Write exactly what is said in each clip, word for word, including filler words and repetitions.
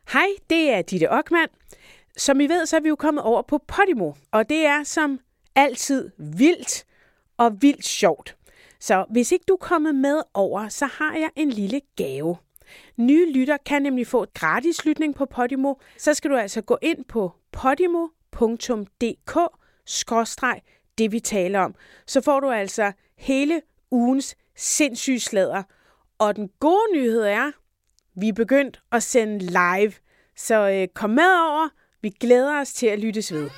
Hej, det er Ditte Okman. Som I ved, så er vi jo kommet over på Podimo, og det er som altid vildt og vildt sjovt. Så hvis ikke du er kommet med over, så har jeg en lille gave. Nye lytter kan nemlig få et gratis lytning på Podimo. Så skal du altså gå ind på podimo punktum d k skråstreg det vi taler om. Så får du altså hele ugens sindssyge sladder. Og den gode nyhed er, vi er begyndt at sende live. Så øh, kom med over. Vi glæder os til at lyttes ved.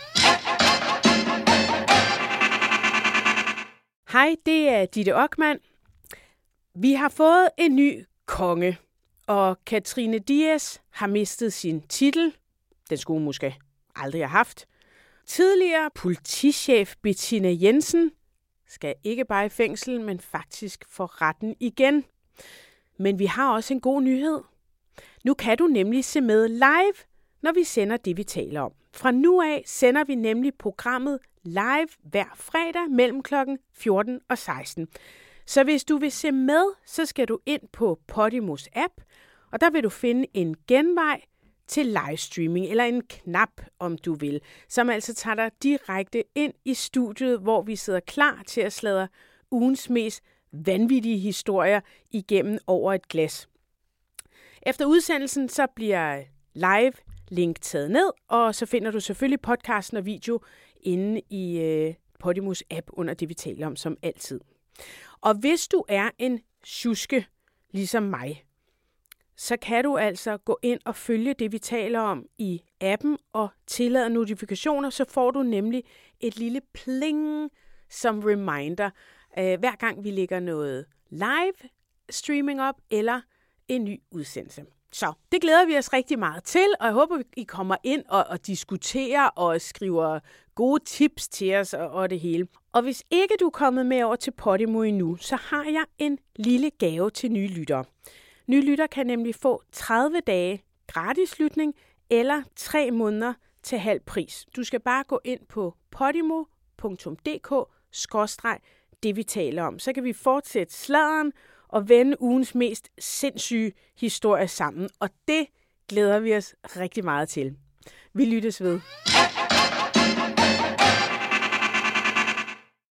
Hej, det er Ditte Okman. Vi har fået en ny konge, og Katrine Dias har mistet sin titel. Den skulle hun måske aldrig have haft. Tidligere politichef Bettina Jensen skal ikke bare i fængsel, men faktisk for retten igen. Men vi har også en god nyhed. Nu kan du nemlig se med live, når vi sender det, vi taler om. Fra nu af sender vi nemlig programmet live hver fredag mellem klokken fjorten og seksten. Så hvis du vil se med, så skal du ind på Podimos app, og der vil du finde en genvej til livestreaming, eller en knap, om du vil, som altså tager dig direkte ind i studiet, hvor vi sidder klar til at sladre ugens mest vanvittige historier igennem over et glas. Efter udsendelsen så bliver live link taget ned, og så finder du selvfølgelig podcasten og video inde i øh, Podimos app under det, vi taler om, som altid. Og hvis du er en sjuske, ligesom mig, så kan du altså gå ind og følge det, vi taler om i appen og tillade notifikationer, så får du nemlig et lille pling som reminder, øh, hver gang vi lægger noget live streaming op eller en ny udsendelse. Så det glæder vi os rigtig meget til, og jeg håber, I kommer ind og, og diskuterer og skriver gode tips til os og, og det hele. Og hvis ikke du er kommet med over til Podimo endnu, så har jeg en lille gave til nye lyttere. Nye lyttere kan nemlig få tredive dage gratis lytning eller tre måneder til halv pris. Du skal bare gå ind på podimo punktum d k skråstreg det vi taler om. Så kan vi fortsætte sladderen og vende ugens mest sindssyge historie sammen. Og det glæder vi os rigtig meget til. Vi lyttes ved.